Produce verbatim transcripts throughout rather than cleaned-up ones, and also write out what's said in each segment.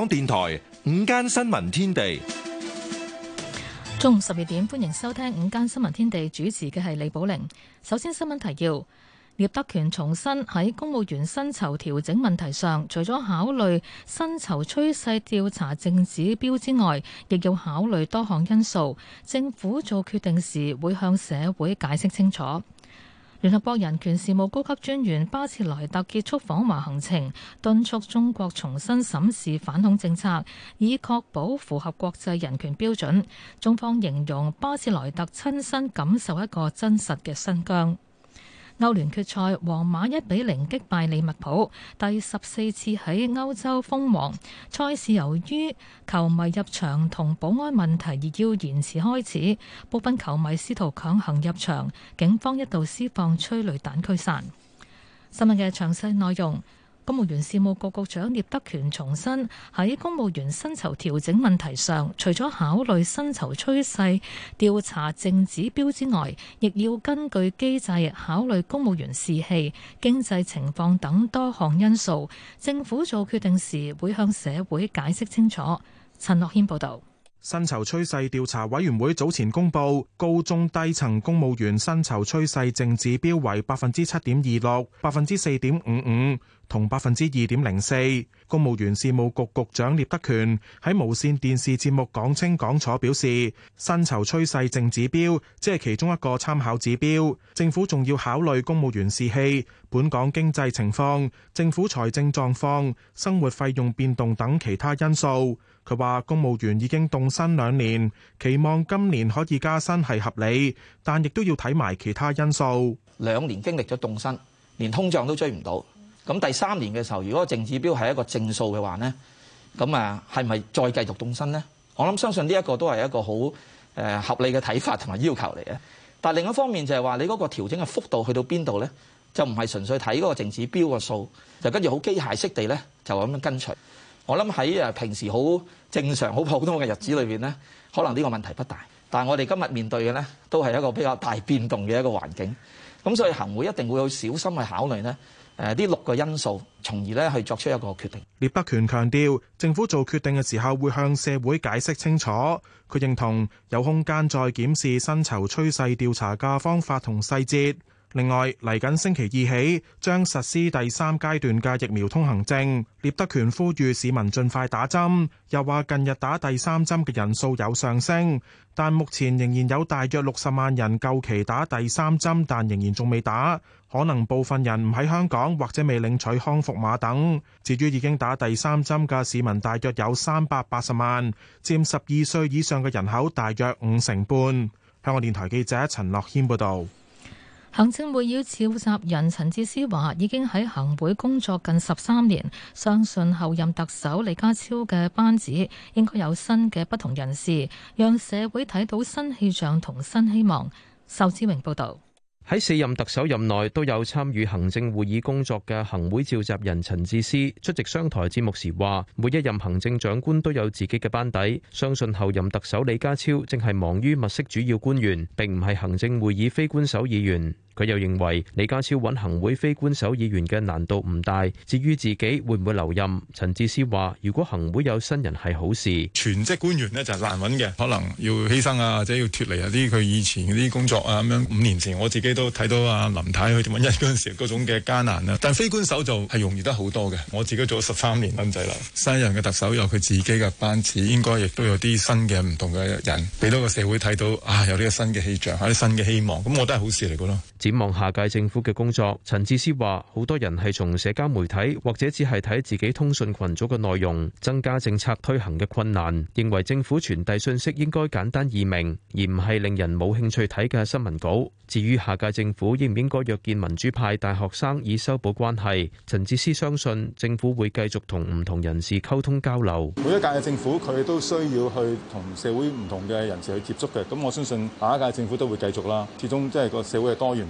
港電台午間新聞天地， 中午十二點，歡迎收聽午間新聞天地，主持嘅係李寶玲。首先新聞提要：聶德權重申喺公務員薪酬調整問題上，除咗考慮薪酬趨勢調查淨指標之外，亦要考慮多項因素。政府做決定時會向社會解釋清楚。聯合國人權事務高級專員巴切萊特結束訪華行程，敦促中國重新審視反恐政策，以確保符合國際人權標準。中方形容巴切萊特親身感受一個真實嘅新疆。歐聯決賽，皇馬一比零擊敗利物浦，第十四次喺歐洲封王。賽事由於球迷入場同保安問題而要延遲開始，部分球迷試圖強行入場，警方一度施放催淚彈驅散。新聞嘅詳細內容。公務員事務局局長聶德權重申，喺公務員薪酬調整問題上，除咗考慮薪酬趨勢、調查淨指標之外，亦要根據機制考慮公務員士氣、經濟情況等多項因素。政府做決定時會向社會解釋清楚。陳樂軒報導。 薪酬趨勢調查委員會早前公布，高中低層公務員薪酬趨勢淨指標為百分之七點二六、百分之四點五五同百分之二點零四。公務員事務局局長聶德權喺無線電視節目講清講楚表示，薪酬趨勢淨指標只係其中一個參考指標，政府仲要考慮公務員士氣、本港經濟情況、政府財政狀況、生活費用變動等其他因素。佢話公務員已經凍薪兩年，期望今年可以加薪係合理，但亦都要睇埋其他因素。 兩年經歷咗凍薪，連通脹都追唔到。咁第三年嘅時候，如果淨指標係一個正數嘅話呢，咁啊係咪再繼續凍薪呢？我諗相信呢一個都係一個好誒合理嘅睇法同埋要求嚟嘅。但係另一方面就係話你嗰個調整嘅幅度去到邊度呢？就唔係純粹睇嗰個淨指標個數，就跟住好機械式地咧就咁樣跟隨。我諗喺誒平時好正常、好普通嘅日子裏邊呢，可能呢個問題不大。但係我哋今日面對嘅呢，都係一個比較大變動嘅一個環境。咁所以行會一定會有小心去考慮呢誒呢六個因素，從而咧去作出一個決定。 聶德權強調，政府做決定嘅時候會向社會解釋清楚。佢認同有空間再檢視薪酬趨勢調查嘅方法同細節。另外，嚟緊星期二起將實施第三階段嘅疫苗通行證。聶德權呼籲市民盡快打針，又話近日打第三針嘅人數有上升，但目前仍然有大約六十萬人夠期打第三針，但仍然仲未打，可能部分人唔喺香港或者未領取康復碼等。至於已經打第三針嘅市民，大約有三百八十萬，佔十二歲以上嘅人口大約五成半。香港電台記者陳樂軒報導。 行政會議召集人陳智思話：已經喺行會工作近十三年，相信後任特首李家超嘅班子應該有新嘅不同人士，讓社會睇到新氣象同新希望。仇志榮報導。 喺四任特首任內都有參與行政會議工作嘅行會召集人陳智思出席商台節目時話：每一任行政長官都有自己嘅班底，相信後任特首李家超正係忙於物色主要官員，並唔係行政會議非官守議員。佢又認為李家超揾行會非官守議員嘅難度唔大，至於自己會唔會留任，陳智思話：如果行會有新人係好事。 全職官員呢就係難揾嘅，可能要犧牲啊，或者要脱離啊啲佢以前嗰啲工作啊咁樣。五年前我自己都睇到啊林太去揾人嗰陣時嗰種嘅艱難啊，但非官守就係容易得好多嘅。我自己做咗十三年咁滯啦，新任嘅特首有佢自己嘅班子，應該亦都有啲新嘅唔同嘅人，俾到個社會睇到啊有呢個新嘅氣象，有啲新嘅希望，咁我都係好事嚟嘅咯。 展望下屆政府嘅工作，陳智思話：好多人係從社交媒體或者只係睇自己通訊群組嘅內容，增加政策推行嘅困難。認為政府傳遞信息應該簡單易明，而唔係令人冇興趣睇嘅新聞稿。至於下屆政府應唔應該約見民主派大學生以修補關係，陳智思相信政府會繼續同唔同人士溝通交流。 每一屆嘅政府佢都需要去同社會唔同嘅人士去接觸嘅，咁我相信下一屆政府都會繼續啦。始終即係個社會係多元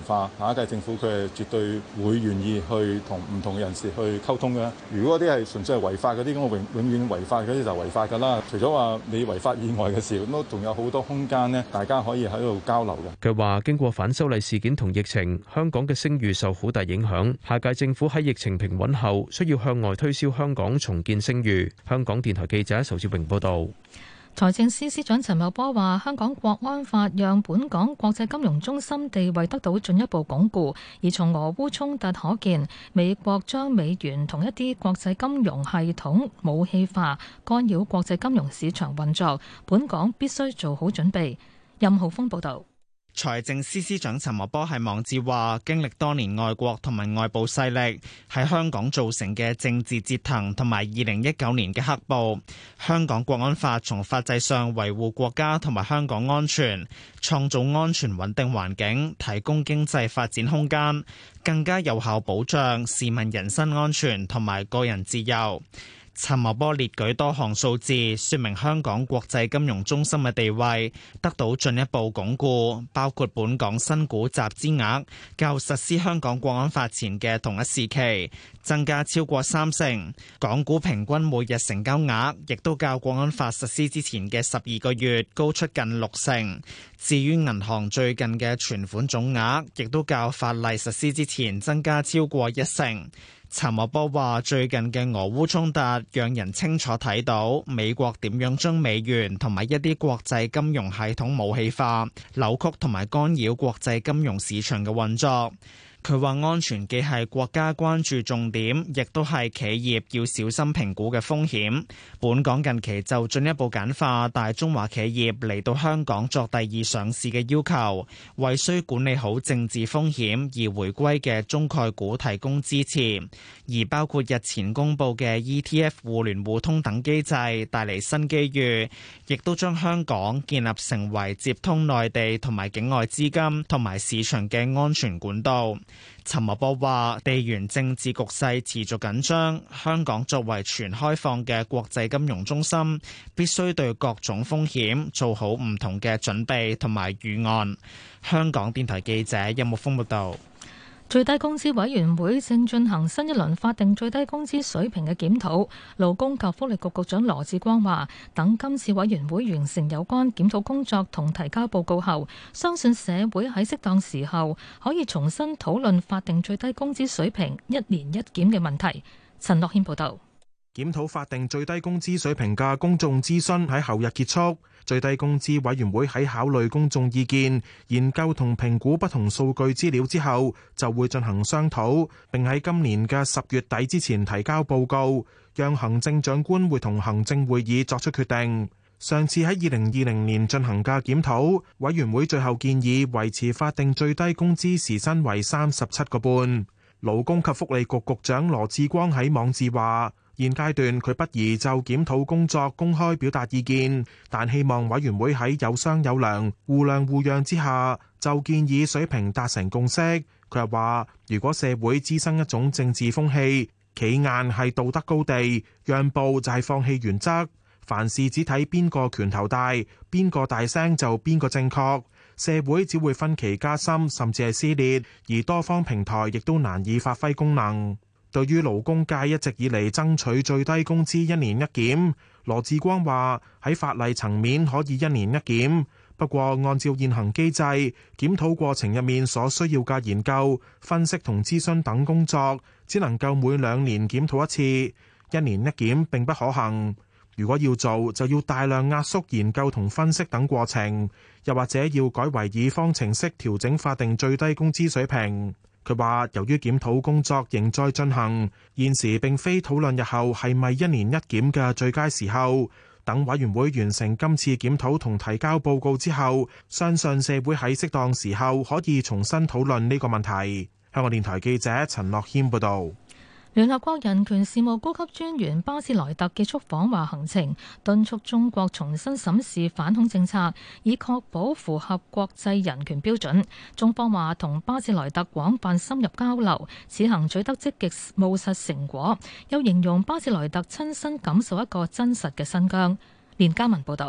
化，下一屆政府佢係絕對會願意去同唔同嘅人士去溝通嘅。如果啲係純粹係違法嗰啲，咁我永永遠違法嗰啲就違法㗎啦。除咗話你違法以外嘅事，咁都仲有好多空間呢，大家可以喺度交流嘅。 佢話：經過反修例事件同疫情，香港嘅聲譽受好大影響。下屆政府喺疫情平穩後，需要向外推銷香港重建聲譽。香港電台記者仇志榮報導。 財政司司長陳茂波話：香港國安法讓本港國際金融中心地位得到進一步鞏固，而從俄烏衝突可見，美國將美元同一啲國際金融系統武器化，干擾國際金融市場運作，本港必須做好準備。任浩峰報導。 財政司司長陳茂波喺網誌話：經歷多年外國同埋外部勢力喺香港造成嘅政治折騰，同埋二零一九年嘅黑暴，香港國安法從法制上維護國家同埋香港安全，創造安全穩定環境，提供經濟發展空間，更加有效保障市民人身安全同埋個人自由。陳茂波列舉多項數字，說明香港國際金融中心嘅地位得到進一步鞏固，包括本港新股集資額較實施香港國安法前嘅同一時期增加超過三成，港股平均每日成交額亦都較國安法實施之前嘅十二個月高出近六成。至於銀行最近嘅存款總額，亦都較法例實施之前增加超過一成。陳茂波話：最近嘅俄烏衝突，讓人清楚睇到美國點樣將美元同埋一啲國際金融系統武器化、扭曲同埋干擾國際金融市場嘅運作。佢話安全既係國家關注重點，亦都係企業要小心評估嘅風險。本港近期就進一步簡化大中華企業嚟到香港作第二上市嘅要求，為需管理好政治風險而回歸嘅中概股提供支持。而包括日前公布嘅 E T F 互聯互通等機制帶嚟新機遇，亦都將香港建立成為接通內地同埋境外資金同埋市場嘅安全管道。陳茂波話：地緣政治局勢持續緊張，香港作為全開放嘅國際金融中心，必須對各種風險做好唔同嘅準備同埋預案。香港電台記者任木峰報道。 最低工資委員會正進行新一輪法定最低工資水平嘅檢討。勞工及福利局局長羅致光話：等今次委員會完成有關檢討工作同提交報告後，相信社會喺適當時候可以重新討論法定最低工資水平一年一檢嘅問題。陳樂軒報導。 檢討法定最低工資水平嘅公眾諮詢喺後日結束。最低工資委員會喺考慮公眾意見、研究同評估不同數據資料之後，就會進行商討，並喺今年嘅十月底之前提交報告，讓行政長官會同行政會議作出決定。上次喺二零二零年進行嘅檢討，委員會最後建議維持法定最低工資時薪為三十七個半。勞工及福利局局長羅致光喺網誌話：現階段佢不宜就檢討工作公開表達意見，但希望委員會喺有商有量、互諒互讓之下，就建議水平達成共識。佢又話：如果社會滋生一種政治風氣，企硬係道德高地，讓步就係放棄原則，凡事只睇邊個拳頭大，邊個大聲就邊個正確，社會只會分歧加深，甚至係撕裂，而多方平台亦都難以發揮功能。對於勞工界一直以嚟爭取最低工資一年一檢，羅致光話喺法例層面可以一年一檢，不過按照現行機制，檢討過程入面所需要嘅研究、分析同諮詢等工作，只能夠每兩年檢討一次，一年一檢並不可行。如果要做，就要大量壓縮研究同分析等過程，又或者要改為以方程式調整法定最低工資水平。佢話：由於檢討工作仍在進行，現時並非討論日後係咪一年一檢嘅最佳時候。等委員會完成今次檢討同提交報告之後，相信社會喺適當時候可以重新討論呢個問題。香港電台記者陳樂軒報導。 聯合國人權事務高級專員巴切萊特結束訪華行程，敦促中國重新審視反恐政策，以確保符合國際人權標準。中方話同巴切萊特廣泛深入交流，此行取得積極務實成果，又形容巴切萊特親身感受一個真實嘅新疆。連家文報導。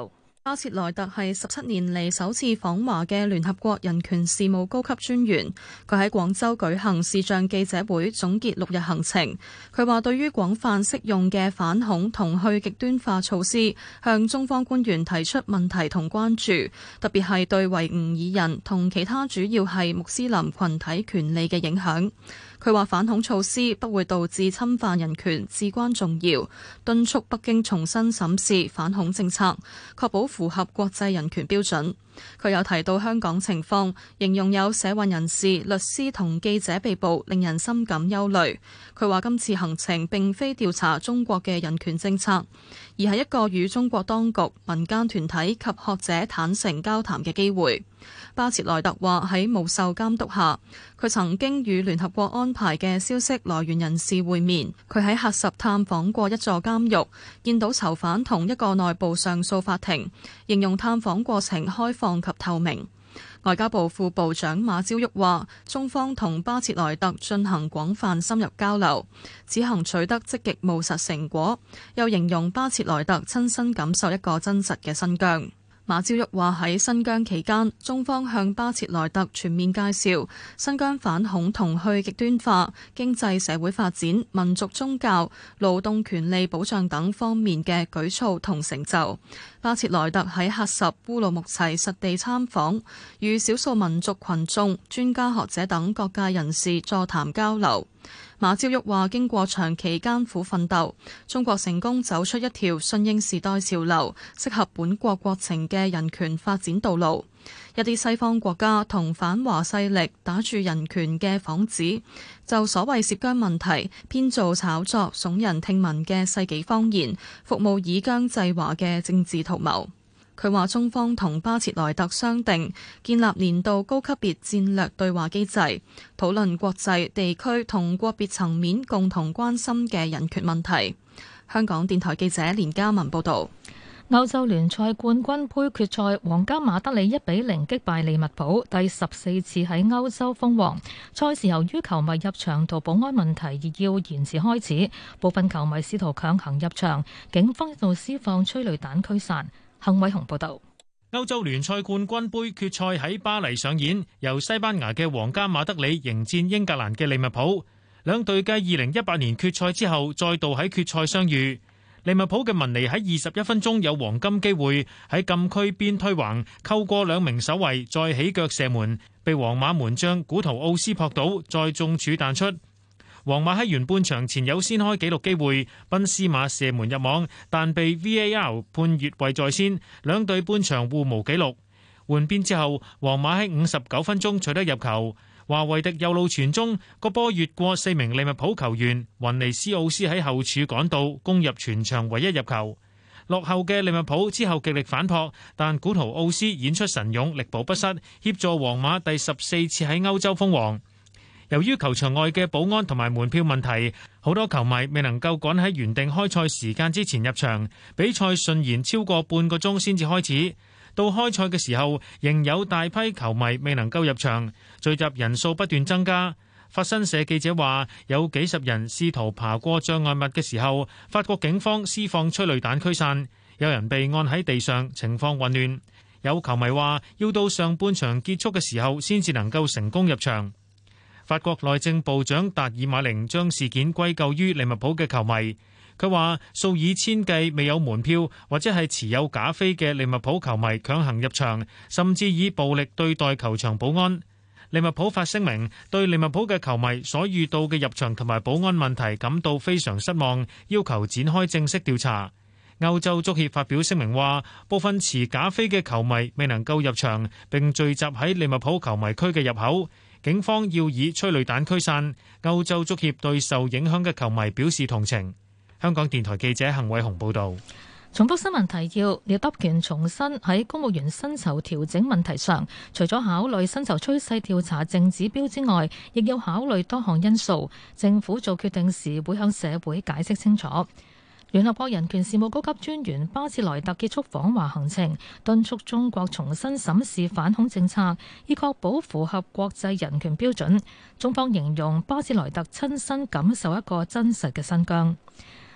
巴切萊特係十七年嚟首次訪華嘅聯合國人權事務高級專員。佢喺廣州舉行視像記者會總結六日行程。佢話對於廣泛適用嘅反恐同去極端化措施，向中方官員提出問題同關注，特別係對維吾爾人同其他主要係穆斯林群體權利嘅影響。佢話反恐措施不會導致侵犯人權至關重要，敦促北京重新審視反恐政策，確保符合國際人權標準。佢又提到香港情況，形容有社運人士、律師同記者被捕，令人深感憂慮。佢話今次行程並非調查中國嘅人權政策，而係一個與中國當局、民間團體及學者坦誠交談嘅機會。巴切萊特話喺無受監督下，佢曾經與聯合國安排嘅消息來源人士會面。佢喺喀什探訪過一座監獄，見到囚犯同一個內部上訴法庭，形容探訪過程開放及透明。外交部副部長馬朝旭話，中方同巴切萊特進行廣泛深入交流，此行取得積極務實成果，又形容巴切萊特親身感受一個真實嘅新疆。馬朝旭話喺新疆期間，中方向巴切萊特全面介紹新疆反恐同去極端化、經濟社會發展、民族宗教、勞動權利保障等方面嘅舉措同成就。巴切萊特喺喀什烏魯木齊實地參訪，與少數民族群眾、專家學者等各界人士座談交流。馬朝旭話：經過長期艱苦奮鬥，中國成功走出一條順應時代潮流、適合本國國情嘅人權發展道路。一啲西方國家同反華勢力打住人權嘅幌子，就所謂涉疆問題編造炒作、聳人聽聞嘅世紀謊言，服務以疆制華嘅政治圖謀。佢話中方同巴切萊特商定建立年度高級別戰略對話機制，討論國際、地區同國別層面共同關心嘅人權問題。香港電台記者連嘉文報導。 歐洲聯賽冠軍盃決賽，皇家馬德里一比零擊敗利物浦，第十四次喺歐洲封王。賽事由於球迷入場同保安問題而要延遲開始，部分球迷試圖強行入場，警方一度施放催淚彈驅散。幸偉雄報道。 歐洲聯賽冠軍盃決賽喺巴黎上演，由西班牙嘅皇家馬德里迎戰英格蘭嘅利物浦。兩隊繼二零一八年決賽之後，再度喺決賽相遇。利物浦嘅文尼喺二十一分鐘有黃金機會喺禁區邊推橫，扣過兩名守衛，再起腳射門，被皇馬門將古圖奧斯撲倒，再中柱彈出。皇馬喺完半場前有先開紀錄機會，賓斯馬射門入網，但被 V A R 判越位在先，兩隊半場互無紀錄。換邊之後，皇馬喺五十九分鐘取得入球，華維迪右路傳中，個波越過四名利物浦球員，雲尼斯奧斯喺後柱趕到，攻入全場唯一入球。落後嘅利物浦之後極力反撲，但古圖奧斯演出神勇，力保不失，協助皇馬第十四次喺歐洲封王。由於球場外嘅保安同埋門票問題，好多球迷未能夠趕喺原定開賽時間之前入場，比賽順延超過半個鐘先至開始。到開賽嘅時候，仍有大批球迷未能夠入場，聚集人數不斷增加。法新社記者話，有幾十人試圖爬過障礙物嘅時候，法國警方施放催淚彈驅散，有人被按喺地上，情況混亂。有球迷話，要到上半場結束嘅時候先至能夠成功入場。法國內政部長達爾馬寧將事件歸咎於利物浦嘅球迷。佢話數以千計未有門票或者係持有假飛嘅利物浦球迷強行入場，甚至以暴力對待球場保安。利物浦發聲明對利物浦嘅球迷所遇到嘅入場同埋保安問題感到非常失望，要求展開正式調查。歐洲足協發表聲明話，部分持假飛嘅球迷未能夠入場，並聚集喺利物浦球迷區嘅入口。警方要以催淚彈驅散。歐洲足協對受影響嘅球迷表示同情。香港電台記者幸偉雄報導。 重複新聞提要：聶德權重申喺公務員薪酬調整問題上，除咗考慮薪酬趨勢調查淨指標之外，亦要考慮多項因素。政府做決定時會向社會解釋清楚。聯合國人權事務高級專員巴切萊特結束訪華行程，敦促中國重新審視反恐政策，以確保符合國際人權標準。中方形容巴切萊特親身感受一個真實嘅新疆。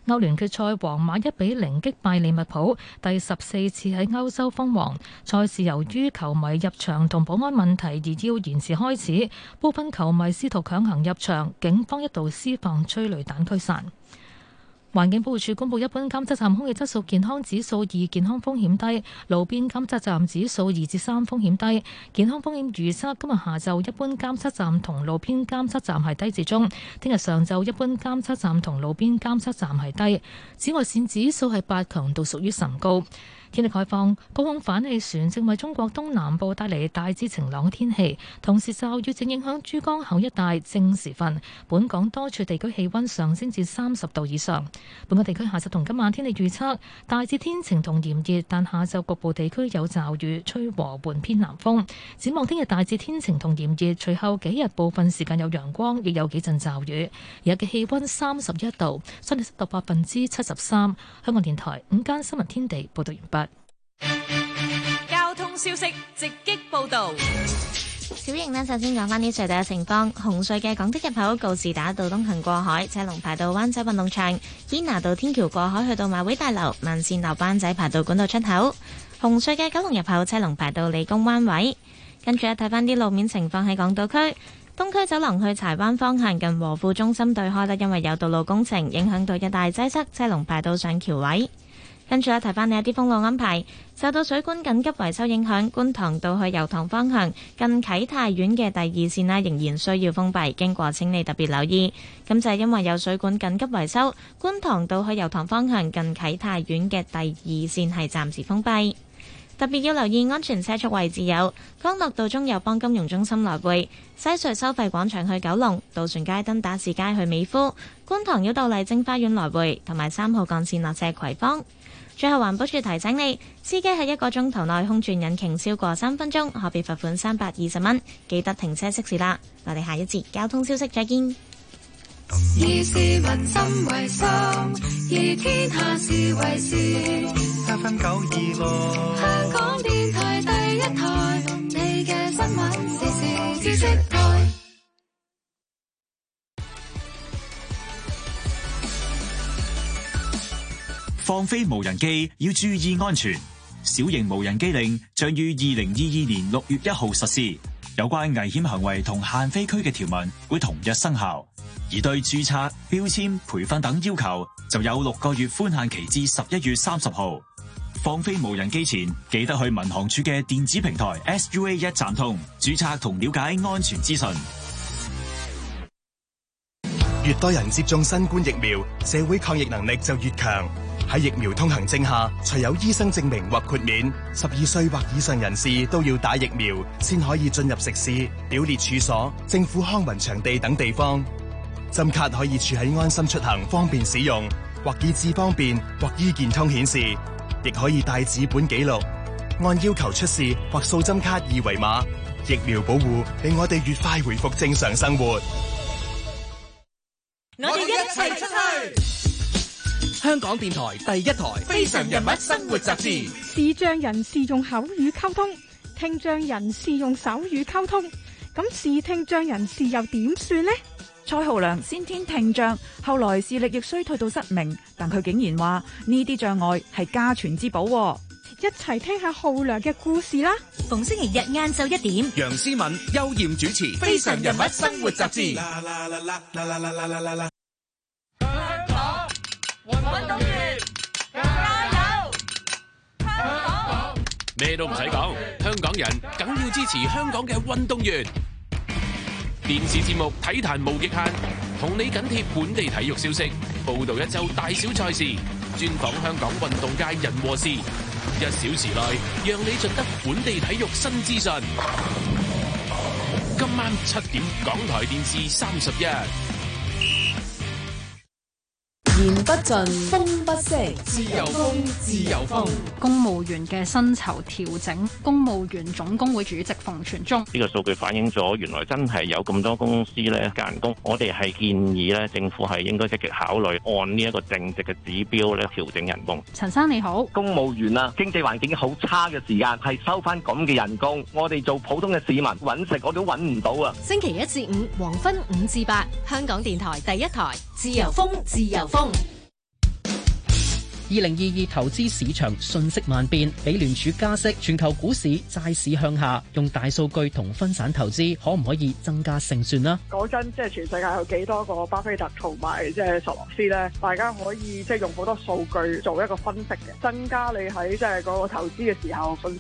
歐聯決賽，皇馬一比零擊敗利物浦，第十四次喺歐洲封王。賽事由於球迷入場同保安問題而要延遲開始，部分球迷試圖強行入場，警方一度施放催淚彈驅散。環境保護署公布一般監測站空氣質素健康指數二，健康風險低；路邊監測站指數二至三，風險低。健康風險預測今日下晝一般監測站同路邊監測站係低至中，聽日上晝一般監測站同路邊監測站係低。紫外線指數係八，強度屬於甚高。天氣概況，高空反氣旋正為中國東南部帶嚟大致晴朗嘅天氣，同時驟雨正影響珠江口一帶。正時分，本港多處地區氣溫上升至三十度以上。本港地區下晝同今晚天氣預測大致天晴同炎熱，但下晝局部地區有驟雨，吹和緩偏南風。展望聽日大致天晴同炎熱，隨後幾日部分時間有陽光，亦有幾陣驟雨。日嘅氣溫三十一度，相對濕度百分之七十三。香港電台午間新聞天地報道完畢。 交通消息直擊報道。 小瑩呢，首先講翻啲隧道嘅情況。紅隧嘅港島入口告士打道東行過海，車龍排到灣仔運動場；堅拿道天橋過海去到馬會大樓，慢線落灣仔排到管道出口。紅隧嘅九龍入口車龍排到理工灣位。跟住咧睇翻啲路面情況喺港島區，東區走廊去柴灣方向近和富中心對開咧，因為有道路工程影響到一大擠塞，車龍排到上橋位。跟住咧，提翻你一啲封路安排。受到水管緊急維修影響，觀塘道去油塘方向近啟泰苑嘅第二線啦，仍然需要封閉，經過請你特別留意。咁就係因為有水管緊急維修，觀塘道去油塘方向近啟泰苑嘅第二線係暫時封閉。特別要留意安全車速位置有江樂道中友邦金融中心來回、西隧收費廣場去九龍、渡船街登打士街去美孚、觀塘繞道麗晶花園來回，同埋三號幹線落斜葵芳。最後環保署提醒你，司機喺一個鐘頭內空轉引擎超過三分鐘，可被罰款三百二十蚊。記得停車熄匙啦！我哋下一節交通消息再見。 以市民心為心，以天下事為事。七分九二六，香港電台第一台，你嘅新聞時事知識台。 放飛無人機要注意安全。小型無人機令將於二零二二年六月一號實施，有關危險行為同限飛區嘅條文會同日生效，而對註冊、標籤、培訓等要求就有六個月寬限期至十一月三十號。放飛無人機前，記得去民航處嘅電子平台 S U A 一站通註冊同了解安全資訊。 越多人接種新冠疫苗，社會抗疫能力就越強。喺疫苗通行證下，除有醫生證明或豁免，十二歲或以上人士都要打疫苗，先可以進入食肆、表列處所、政府康文場地等地方。針卡可以儲喺安心出行，方便使用，或以智方便，或醫健通顯示，亦可以帶紙本記錄，按要求出示或掃針卡二維碼。疫苗保護令我哋越快回復正常生活。 我哋一齊出去。 香港電台第一台《非常人物生活雜誌》。 視障人士用口語溝通，聽障人士用手語溝通，咁視聽障人士又點算呢？ 蔡浩良先天聽障，後來視力亦衰退到失明，但佢竟然話呢啲障礙係家傳之寶。 一齊聽下浩良嘅故事啦！ 逢星期日晏晝一點， 楊思敏、邱艷主持《非常人物生活雜誌》。 運動員加油！香港咩都唔使講，香港人梗要支持香港嘅運動員。電視節目《體壇無極限》同你緊貼本地體育消息，報道一周大小賽事，專訪香港運動界人和事。一小時內，讓你盡得本地體育新資訊。今晚七點，港台電視三十一。 言不盡，風不息，自由風，自由風。 公務員嘅薪酬調整，公務員總工會主席馮傳宗。 呢個數據反映咗原來真係有咁多公司咧加人工，我哋係建議咧政府係應該積極考慮按呢一個正值嘅指標咧調整人工。 陳生你好， 公務員啊，經濟環境好差嘅時間係收翻咁嘅人工，我哋做普通嘅市民揾食我都揾唔到啊！ 星期一至五黃昏五至八，香港電台第一台，自由風，自由風。 二零二二投資市場瞬息萬變，美聯儲加息，全球股市、債市向下，用大數據同分散投資，可唔可以增加勝算呢？ 講真，即係全世界有幾多個巴菲特同埋即係索羅斯咧？大家可以即係用好多數據做一個分析嘅，增加你喺即係嗰個投資嘅時候信